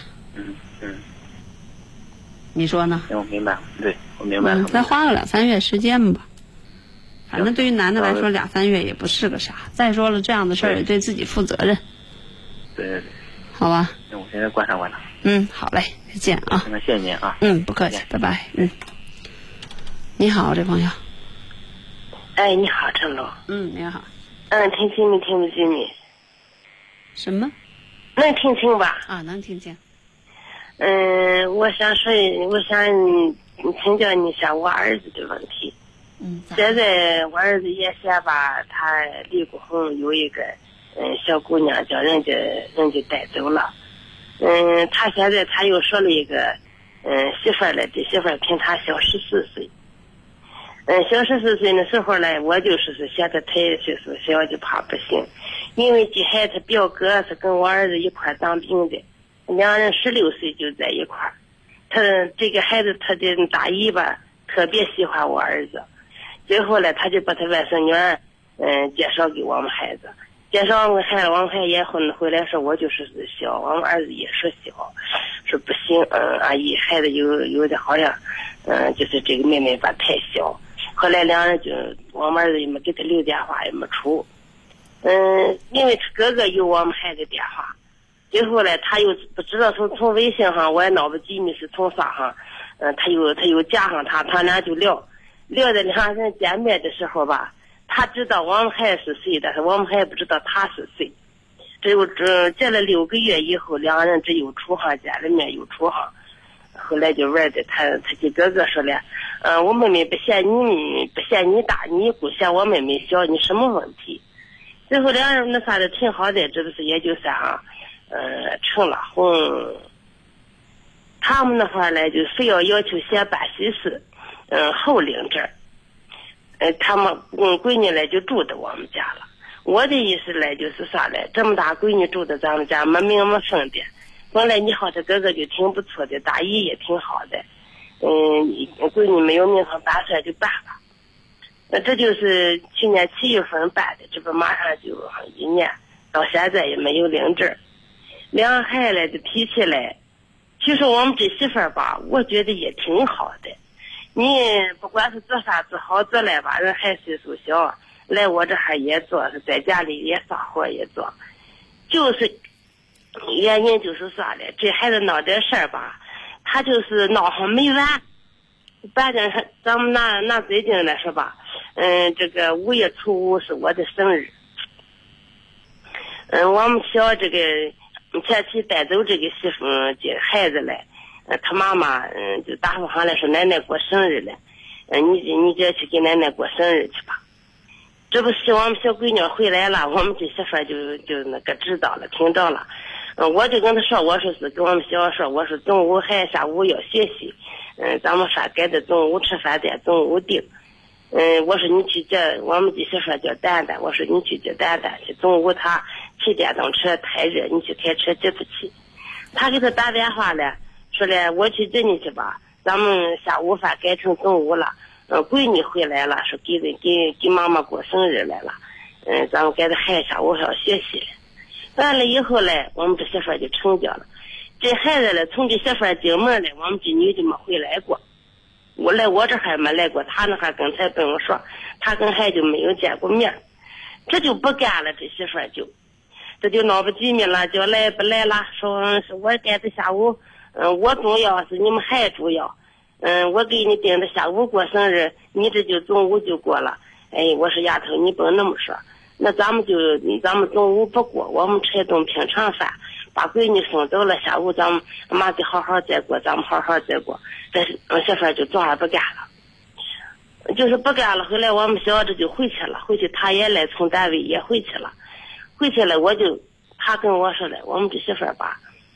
你说呢？ 我明白了，对，我明白了。 再花个2-3月时间吧。反正对于男的来说，2-3月也不是个啥。再说了，这样的事儿也对自己负责任。 对。 好吧。 那我现在观察。 好嘞，再见啊。 那谢谢您啊。 不客气，拜拜。你好，这朋友。 哎，你好，陈龙。 你好。 听清没？听不清你？ 什么？ 能听清吧？ 啊，能听清。 我想请教你一下我儿子的问题。现在我儿子也嫌吧，他离过婚，有一个小姑娘叫人家带走了。他现在他又说了一个媳妇儿来，这媳妇儿比他小14岁。小14岁的时候呢，我就是嫌他太岁数小，就怕不行。因为这孩子表哥是跟我儿子一块当兵的，两人16岁就在一块儿。他这个孩子他的大姨吧，特别喜欢我儿子。最后呢，他就把他外甥女儿介绍给我们孩子，介绍我们孩子，我们孩子也回来说我就是小，我们儿子也说小，说不行，阿姨孩子有的好像就是这个妹妹吧太小。后来两人就我们儿子也没给他留电话，也没出。因为他哥哥有我们孩子电话，最后呢他又不知道从微信上，我也闹不清你是从啥上，他又加上他俩就聊的两人见面的时候吧，他知道我们孩子是谁，但是我们还不知道他是谁。只有见了6个月以后，两人只有处上见了面又处上，后来就玩的他给哥哥说了，我妹妹不嫌你大，你不嫌我妹妹小，你什么问题？最后两人那啥的挺好的，这不是也就算成了婚。他们那块呢就非要求先办喜事，后领证。他们闺女呢就住在我们家了。我的意思呢就是啥呢，这么大闺女住在咱们家，没名没分的，本来你好这哥哥就挺不错的，大姨也挺好的，闺女没有名分办事就办吧。那这就是去年7月份办的，这不马上就1年，到现在也没有领证。两孩子的脾气嘞，其实我们这媳妇儿吧，我觉得也挺好的。你不管是做啥做好做来吧，人还岁数小，来我这还也做，是在家里也啥活也做。就是原因就是啥嘞，这孩子闹点事儿吧，他就是闹上没完。反正咱们拿最近来说吧，这个5月初5是我的生日。我们小这个前妻带走这个媳妇这孩子来，他妈妈就打电话来说奶奶过生日了，你这去给奶奶过生日去吧。这不是我们小闺女回来了，我们这媳妇就那个知道了，听到了。我就跟他说，我说是跟我们小孩说，我说中午还下午要学习，咱们说改的中午吃饭店中午订。我说你去接我们这媳妇叫蛋蛋，我说你去接蛋蛋去，中午他骑电动车太热，你去开车接不起。他给他打电话了，说了我去接你去吧，咱们下午饭改成中午了。闺女回来了，说给妈妈过生日来了，咱们给他孩子下午要学习了。完了以后呢，我们这媳妇就成交了。这孩子呢，从这媳妇进门来，我们这女的没回来过。我这还没来过，他那还刚才跟我说，他跟孩子就没有见过面，这就不干了。这媳妇这就闹不机密了，就来不来了，说是我改的下午，我重要是你们还主要，我给你定的下午过生日，你这就中午就过了。哎，我说丫头，你不能那么说， 那咱们中午不过，我们吃顿平常饭，把闺女送走了，下午咱们妈得好好再过，咱们好好再过。但是媳妇就坐那不干了，就是不干了。后来我们小子就回去了，回去他也来从单位也回去了，他跟我说的，我们这媳妇吧，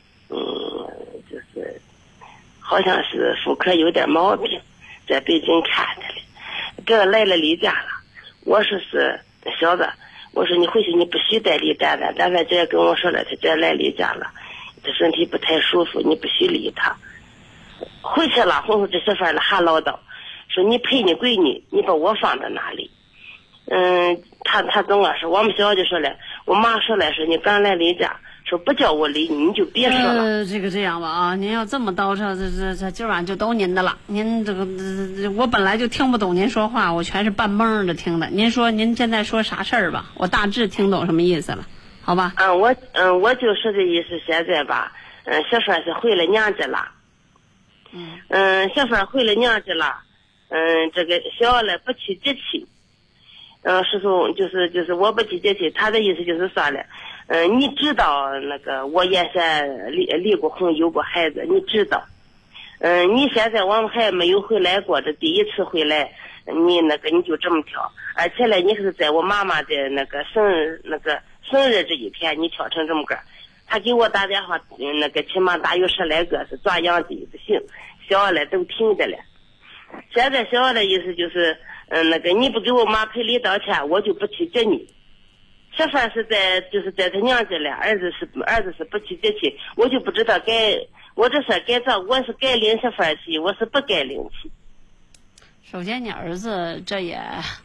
就是好像是妇科有点毛病，在北京看的了，这来了例假了。我说是小子，我说你回去你不许再理丹丹，丹丹这也跟我说了，他这来例假了，他身体不太舒服，你不许理他。回去了，婚后这媳妇儿还唠叨，说你陪你闺女，你把我放在哪里？他总说，我们小子就说了，我妈说了，说你刚来例假，说不叫我理你就别说了。 这样吧啊，您要这么叨叨，这今晚就都您的了。您这个我本来就听不懂您说话，我全是半蒙着听的。您说您现在说啥事儿吧，我大致听懂什么意思了，好吧？ 我就说的意思，现在吧，媳妇儿是回了娘家了。媳妇儿回了娘家了，这个小了不去接气。师叔就是我不去接气，他的意思就是说了，你知道那个我原先离过婚，有过孩子，你知道，你现在我们还没有回来过，这第一次回来，你就这么挑，而且呢，你是在我妈妈的生日这一天，你挑成这么个，他给我打电话，起码打有10来个是抓羊的不行，小了都听着了。现在小的意思就是，你不给我妈赔礼道歉，我就不去接你。媳妇是在他娘家了，儿子是不去接去，我就不知道我这事该咋，我是该领媳妇去，我是不该领去。 首先，你儿子这也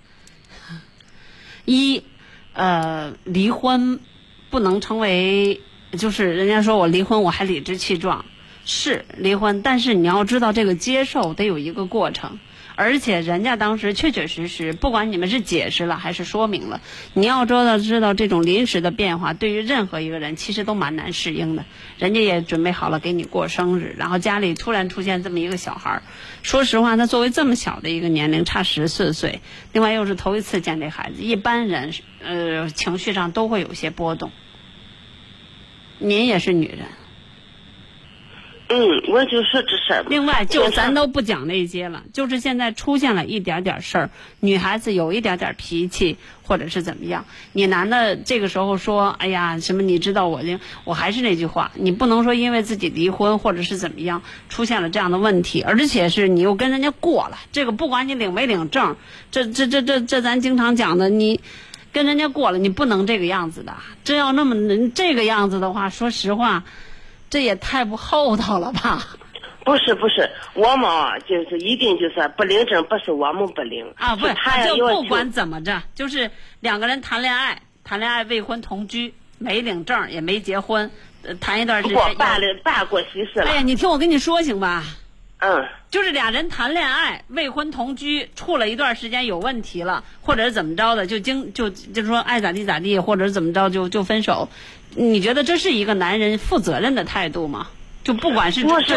离婚不能成为，就是人家说我离婚我还理直气壮。是离婚，但是你要知道这个接受得有一个过程，而且人家当时确确实实，不管你们是解释了还是说明了，你要知道这种临时的变化对于任何一个人其实都蛮难适应的。人家也准备好了给你过生日，然后家里突然出现这么一个小孩，说实话他作为这么小的一个年龄，差14岁，另外又是头一次见这孩子，一般人情绪上都会有些波动。您也是女人， 我就说这事儿。 另外，咱都不讲那些了，就是现在出现了一点点事儿，女孩子有一点点脾气，或者是怎么样，你男的这个时候说，哎呀，什么你知道我还是那句话，你不能说因为自己离婚或者是怎么样出现了这样的问题，而且是你又跟人家过了，这个不管你领没领证，这咱经常讲的，你跟人家过了，你不能这个样子的，这要那么这个样子的话，说实话。这也太不厚道了吧？ 不是，我们就是一定就是不领证，不是我们不领啊，不是他就不管怎么着，就是两个人谈恋爱未婚同居，没领证也没结婚，谈一段时间办过喜事了。 哎呀，你听我跟你说行吧？就是俩人谈恋爱未婚同居，处了一段时间有问题了，或者是怎么着的，就说爱咋地咋地，或者是怎么着就分手。你觉得这是一个男人负责任的态度吗？就不管是不是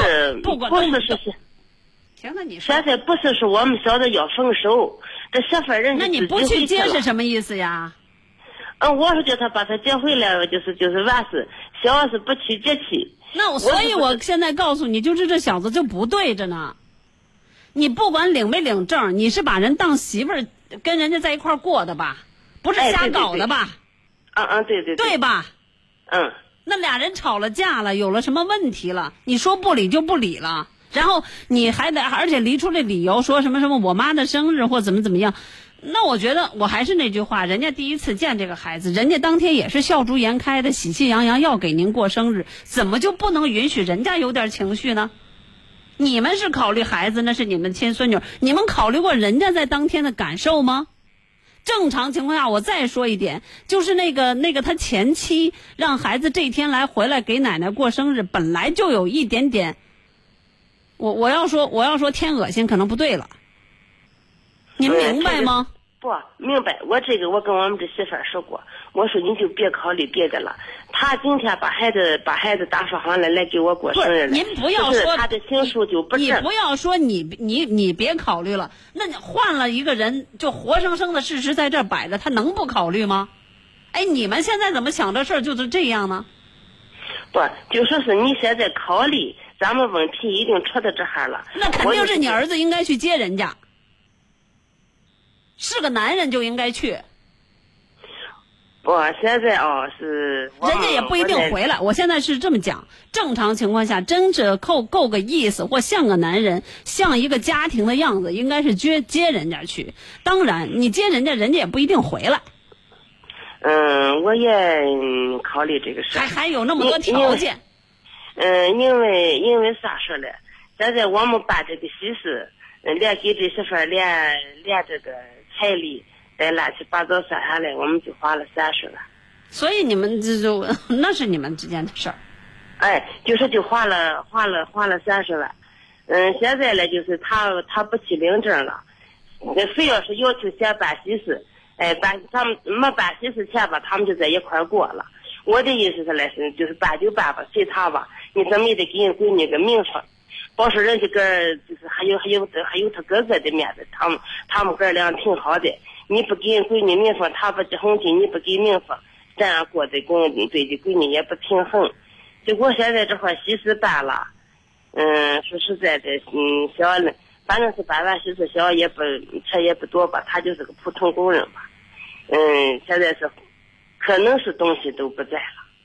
行，那你说现在不是说我们晓得要分手，这媳妇人那你不去接是什么意思呀？ 我是叫他把他接回来，就是完事，小是不去接气。 那所以我现在告诉你，就是这小子就不对着呢。你不管领没领证，你是把人当媳妇儿跟人家在一块儿过的吧？不是瞎搞的吧？ 对， 对吧？那俩人吵了架了，有了什么问题了，你说不理就不理了，然后你还得而且离出这理由，说什么我妈的生日或怎么样。那我觉得我还是那句话，人家第一次见这个孩子，人家当天也是笑逐颜开的，喜气洋洋要给您过生日，怎么就不能允许人家有点情绪呢？你们是考虑孩子，那是你们亲孙女，你们考虑过人家在当天的感受吗？正常情况下，我再说一点，就是那个他前妻让孩子这天回来给奶奶过生日，本来就有一点点，我要说天恶心可能不对了，您明白吗？ 不明白，我跟我们这媳妇儿说过，我说你就别考虑别的了。他今天把孩子打发上来给我过生日了。 您不要说他的情书就不正。 你不要说你别考虑了，那你换了一个人，就活生生的事实在这摆着，他能不考虑吗？ 哎，你们现在怎么想这事儿就是这样呢？ 不，就说是你现在考虑，咱们问题已经出到这哈了。 那肯定是你儿子应该去接人家，是个男人就应该去。 我现在是人家也不一定回来。我现在是这么讲，正常情况下，真是够个意思或像个男人，像一个家庭的样子，应该是接人家去。当然，你接人家，人家也不一定回来。 我也考虑这个事。 还有那么多条件。 因为啥说嘞？现在我们把这个喜事，连给这媳妇儿连这个彩礼。再乱七八糟算下来，我们就花了30万。 所以你们那是你们之间的事儿。 哎，就是就花了30万。现在呢，就是他不去领证了，非要是要求先办喜事，他们没办喜事前吧，他们就在一块儿过了。我的意思是来是，就是办就办吧，随他吧，你怎么也得给人闺女个名分，保守人家个就是还有他哥哥的面子，他们哥俩挺好的。你不给人闺女名分，他不结婚去，你不给名分，这样过的对的闺女也不平衡。结果现在这块喜事办了，说实在的，小反正是办完喜事，小钱也不多吧，他就是个普通工人吧。现在是可能是东西都不在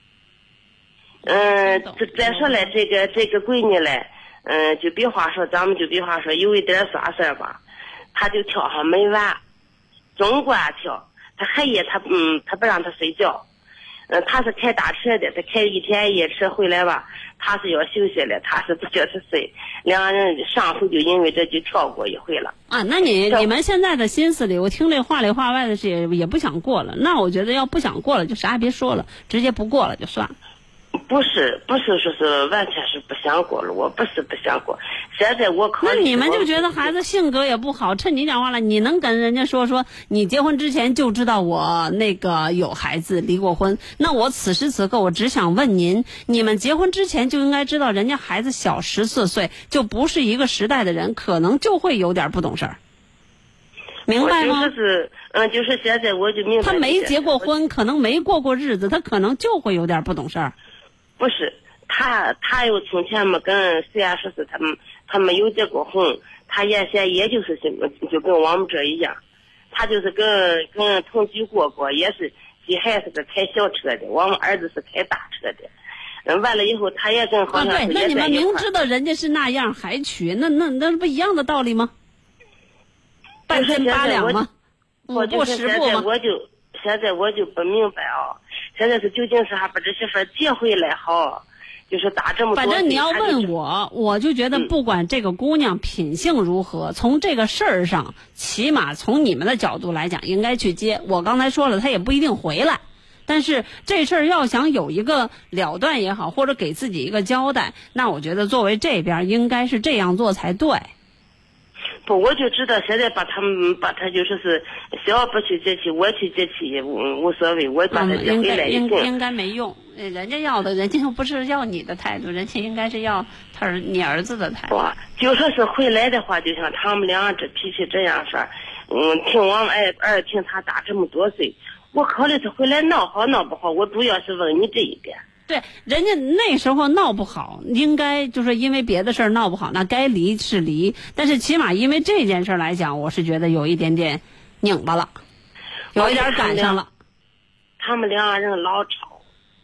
了。再说来这个闺女嘞，就比方说有一点啥事儿吧，他就跳上门玩。总管跳，他黑夜他不让他睡觉，他是开大车的，他开一天夜车回来吧，他是要休息了，他是不叫他睡，两个人上回就因为这就跳过一回了。 啊，那你们现在的心思里，我听这话里话外的是也不想过了，那我觉得要不想过了就啥也别说了，直接不过了就算了。 不是说是完全是不想过了，我不是不想过。现在我考虑， 那你们就觉得孩子性格也不好，趁你讲话了，你能跟人家说你结婚之前就知道我那个有孩子离过婚，那我此时此刻我只想问您，你们结婚之前就应该知道人家孩子小14岁，就不是一个时代的人，可能就会有点不懂事儿，明白吗？ 就是现在我就明白， 他没结过婚，可能没过日子，他可能就会有点不懂事儿。 不是，他又从前没跟虽然说是他没有结过婚，他原先也就是就跟我们这一样，他就是跟同居过，也是媳妇是个开小车的，我们儿子是开大车的。完了以后，他也跟好像是对，那你们明知道人家是那样还娶，那不一样的道理吗？半斤八两吗？ 我就是现在我就不明白现在是究竟是还把这媳妇接回来好，就是打这么多。 反正你要问我就觉得不管这个姑娘品性如何，从这个事儿上，起码从你们的角度来讲，应该去接。我刚才说了，她也不一定回来，但是这事儿要想有一个了断也好，或者给自己一个交代，那我觉得作为这边应该是这样做才对。 不，我就知道现在把他就说是小不去接气，我去接气也无所谓，我把他接回来应该没用。人家要的，人家又不是要你的态度，人家应该是要你儿子的态度。 就说是回来的话，就像他们俩这脾气这样式儿，听我们儿听他大这么多岁，我考虑他回来闹好闹不好，我主要是问你这一点。 对，人家那时候闹不好，应该就是因为别的事儿闹不好，那该离是离，但是起码因为这件事来讲，我是觉得有一点点拧巴了，有一点赶上了。 他们两个人老吵。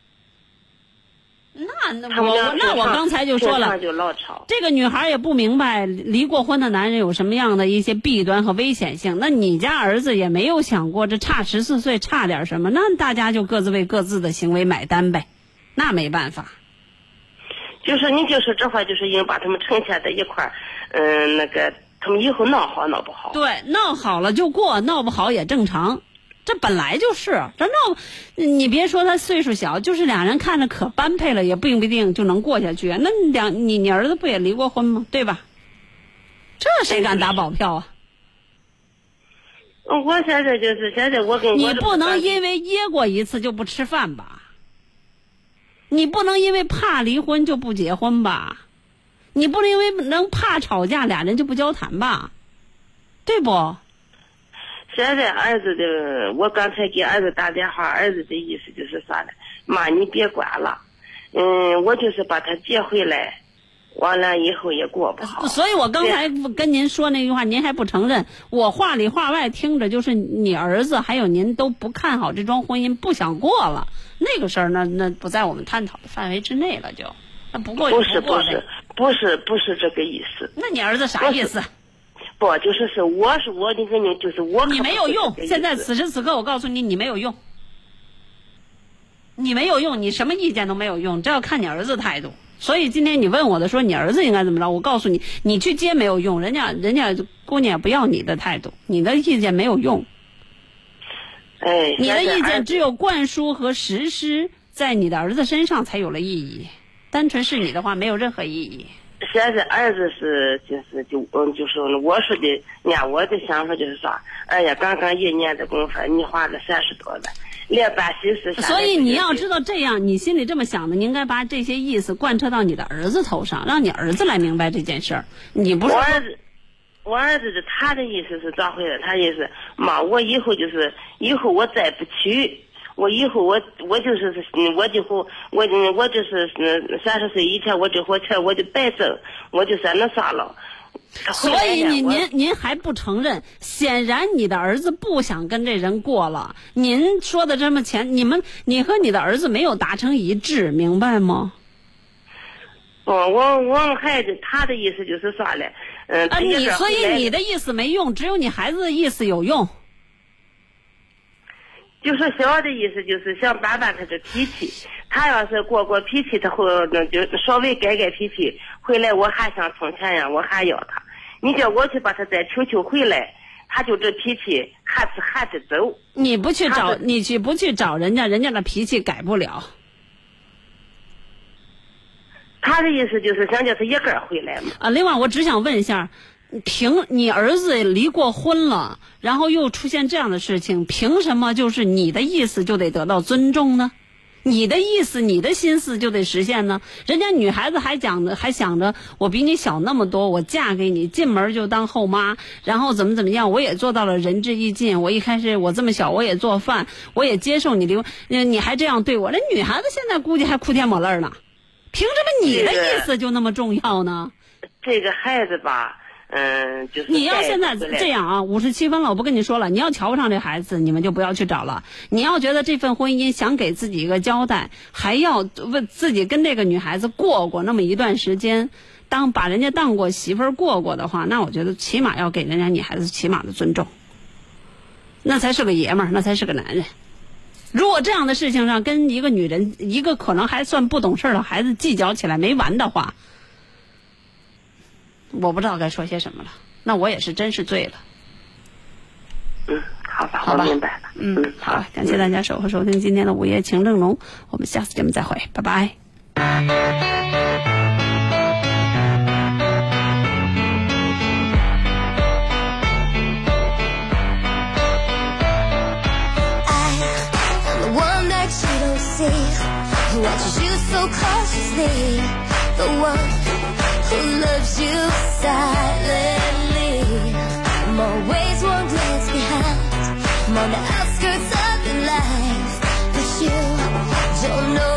那我刚才就说了，这个女孩也不明白离过婚的男人有什么样的一些弊端和危险性。那你家儿子也没有想过这差14岁差点什么，那大家就各自为各自的行为买单呗。那没办法， 就是你就是这话，就是应把他们呈现在一块儿，他们以后闹好闹不好。 对，闹好了就过，闹不好也正常，这本来就是这闹。你别说他岁数小，就是俩人看着可般配了，也不一定就能过下去。那你儿子不也离过婚吗？对吧？这谁敢打保票啊？ 我现在我跟你不能因为噎过一次就不吃饭吧？你不能因为怕离婚就不结婚吧？你不能因为能怕吵架俩人就不交谈吧？对不？ 现在儿子的，我刚才给儿子打电话，儿子的意思就是啥呢？妈，你别管了，我就是把他接回来，完了以后也过不好。 所以我刚才跟您说那句话，您还不承认。我话里话外听着就是你儿子还有您都不看好这桩婚姻，不想过了。那个事儿那不在我们探讨的范围之内了，就那不过不是这个意思。 那你儿子啥意思？ 不，就是我的跟你就是我。 你没有用，现在此时此刻我告诉你，你没有用。你没有用，你什么意见都没有用，这要看你儿子态度。所以今天你问我的说你儿子应该怎么着，我告诉你，你去接没有用，人家姑娘不要你的态度，你的意见没有用。你的意见只有灌输和实施在你的儿子身上才有了意义，单纯是你的话没有任何意义。 现在儿子就是我说的，我的想法就是说，哎呀，刚刚1年的功夫，你花了30多万，连办心思。 所以你要知道这样，你心里这么想的，你应该把这些意思贯彻到你的儿子头上，让你儿子来明白这件事儿。你不是我儿子他的意思是咋回事？他意思，妈，我以后我再不娶。我以后我就是30岁以前我这货钱我就白挣，我就算那啥了。 所以您还不承认，显然你的儿子不想跟这人过了。您说的这么浅，你和你的儿子没有达成一致，明白吗？ 我们孩子他的意思就是啥嘞？ 所以你的意思没用，只有你孩子的意思有用。 就说小的意思就是想办他这脾气，他要是过脾气，他会就稍微改脾气，回来我还像从前样，我还要他。你叫我去把他再求回来，他就这脾气还是走。你不去找人家的脾气改不了。 他的意思就是想叫他一个回来嘛。 另外我只想问一下，你儿子离过婚了，然后又出现这样的事情，凭什么就是你的意思就得得到尊重呢？你的意思你的心思就得实现呢？人家女孩子还想着我比你小那么多，我嫁给你进门就当后妈，然后怎么样，我也做到了仁至义尽，我一开始我这么小我也做饭，我也接受你离婚，你还这样对我。人女孩子现在估计还哭天抹泪呢，凭什么你的意思就那么重要呢？ 这个孩子吧就是你要现在这样啊，57分了，我不跟你说了，你要瞧不上这孩子，你们就不要去找了。你要觉得这份婚姻想给自己一个交代，还要问自己跟这个女孩子过那么一段时间，把人家当过媳妇儿过的话，那我觉得起码要给人家女孩子起码的尊重，那才是个爷们儿，那才是个男人。如果这样的事情上跟一个女人，一个可能还算不懂事的孩子计较起来没完的话，我不知道该说些什么了，那我也是真是醉了。 好吧，我明白了。 好，感谢大家收听今天的午夜情正浓，我们下次节目再会，拜拜。 Who watches you so cautiously, the one who loves you silently. I'm always one glance behind, I'm on the outskirts of your life, but you don't know